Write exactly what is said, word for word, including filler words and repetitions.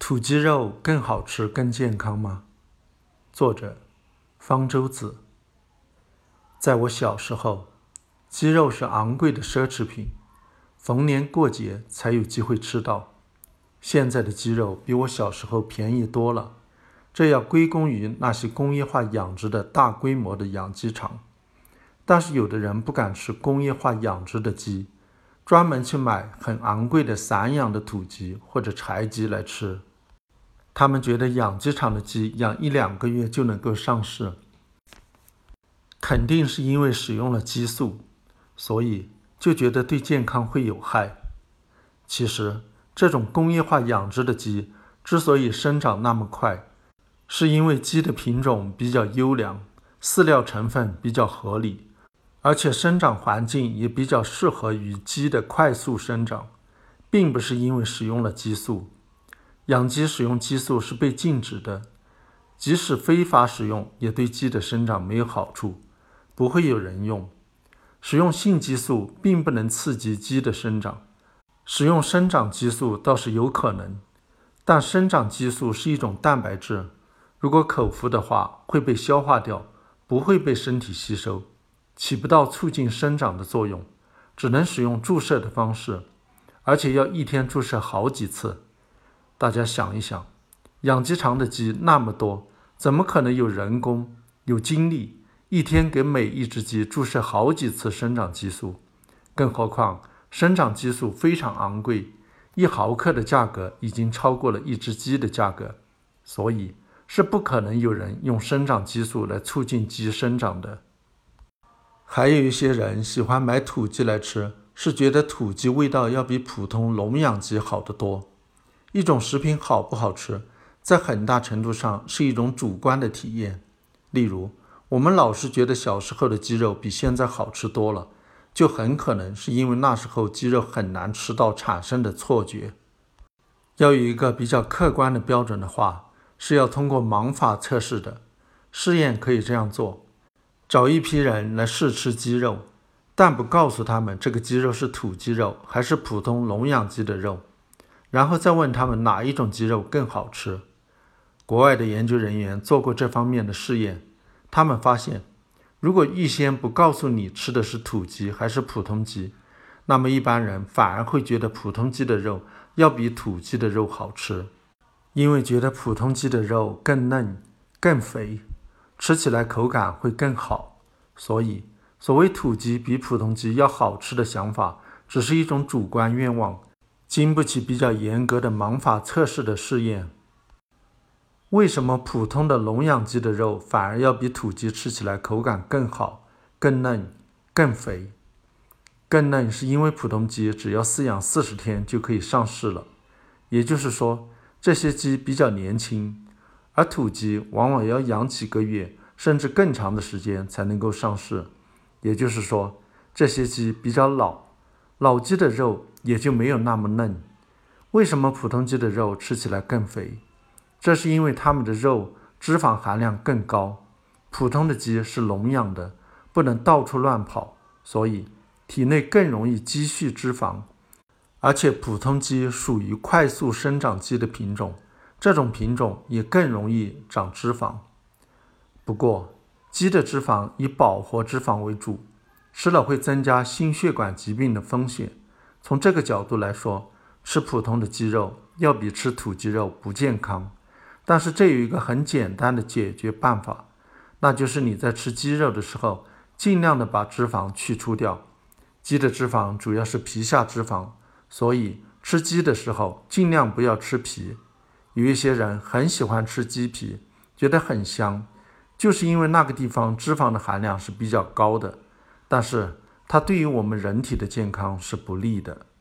土鸡肉更好吃、更健康吗？作者：方舟子。在我小时候，鸡肉是昂贵的奢侈品，逢年过节才有机会吃到。现在的鸡肉比我小时候便宜多了，这要归功于那些工业化养殖的大规模的养鸡场。但是有的人不敢吃工业化养殖的鸡，专门去买很昂贵的散养的土鸡或者柴鸡来吃。他们觉得养鸡场的鸡养一两个月就能够上市，肯定是因为使用了激素，所以就觉得对健康会有害。其实这种工业化养殖的鸡之所以生长那么快，是因为鸡的品种比较优良，饲料成分比较合理，而且生长环境也比较适合于鸡的快速生长，并不是因为使用了激素。养鸡使用激素是被禁止的，即使非法使用也对鸡的生长没有好处，不会有人用。使用性激素并不能刺激鸡的生长，使用生长激素倒是有可能，但生长激素是一种蛋白质，如果口服的话会被消化掉，不会被身体吸收，起不到促进生长的作用，只能使用注射的方式，而且要一天注射好几次。大家想一想，养鸡场的鸡那么多，怎么可能有人工、有精力，一天给每一只鸡注射好几次生长激素？更何况生长激素非常昂贵，一毫克的价格已经超过了一只鸡的价格，所以是不可能有人用生长激素来促进鸡生长的。还有一些人喜欢买土鸡来吃，是觉得土鸡味道要比普通笼养鸡好得多。一种食品好不好吃，在很大程度上是一种主观的体验。例如，我们老是觉得小时候的鸡肉比现在好吃多了，就很可能是因为那时候鸡肉很难吃到产生的错觉。要有一个比较客观的标准的话，是要通过盲法测试的。试验可以这样做：找一批人来试吃鸡肉，但不告诉他们这个鸡肉是土鸡肉还是普通笼养鸡的肉，然后再问他们哪一种鸡肉更好吃。国外的研究人员做过这方面的试验，他们发现，如果预先不告诉你吃的是土鸡还是普通鸡，那么一般人反而会觉得普通鸡的肉要比土鸡的肉好吃，因为觉得普通鸡的肉更嫩、更肥，吃起来口感会更好。所以，所谓土鸡比普通鸡要好吃的想法，只是一种主观愿望，经不起比较严格的盲法测试的试验。为什么普通的笼养鸡的肉反而要比土鸡吃起来口感更好、更嫩、更肥？更嫩是因为普通鸡只要饲养四十天就可以上市了，也就是说，这些鸡比较年轻，而土鸡往往要养几个月甚至更长的时间才能够上市，也就是说，这些鸡比较老，老鸡的肉也就没有那么嫩。为什么普通鸡的肉吃起来更肥？这是因为它们的肉脂肪含量更高，普通的鸡是笼养的，不能到处乱跑，所以体内更容易积蓄脂肪，而且普通鸡属于快速生长鸡的品种，这种品种也更容易长脂肪。不过，鸡的脂肪以饱和脂肪为主，吃了会增加心血管疾病的风险。从这个角度来说，吃普通的鸡肉要比吃土鸡肉不健康。但是这有一个很简单的解决办法，那就是你在吃鸡肉的时候，尽量的把脂肪去除掉。鸡的脂肪主要是皮下脂肪，所以吃鸡的时候尽量不要吃皮。有一些人很喜欢吃鸡皮，觉得很香，就是因为那个地方脂肪的含量是比较高的，但是它对于我们人体的健康是不利的。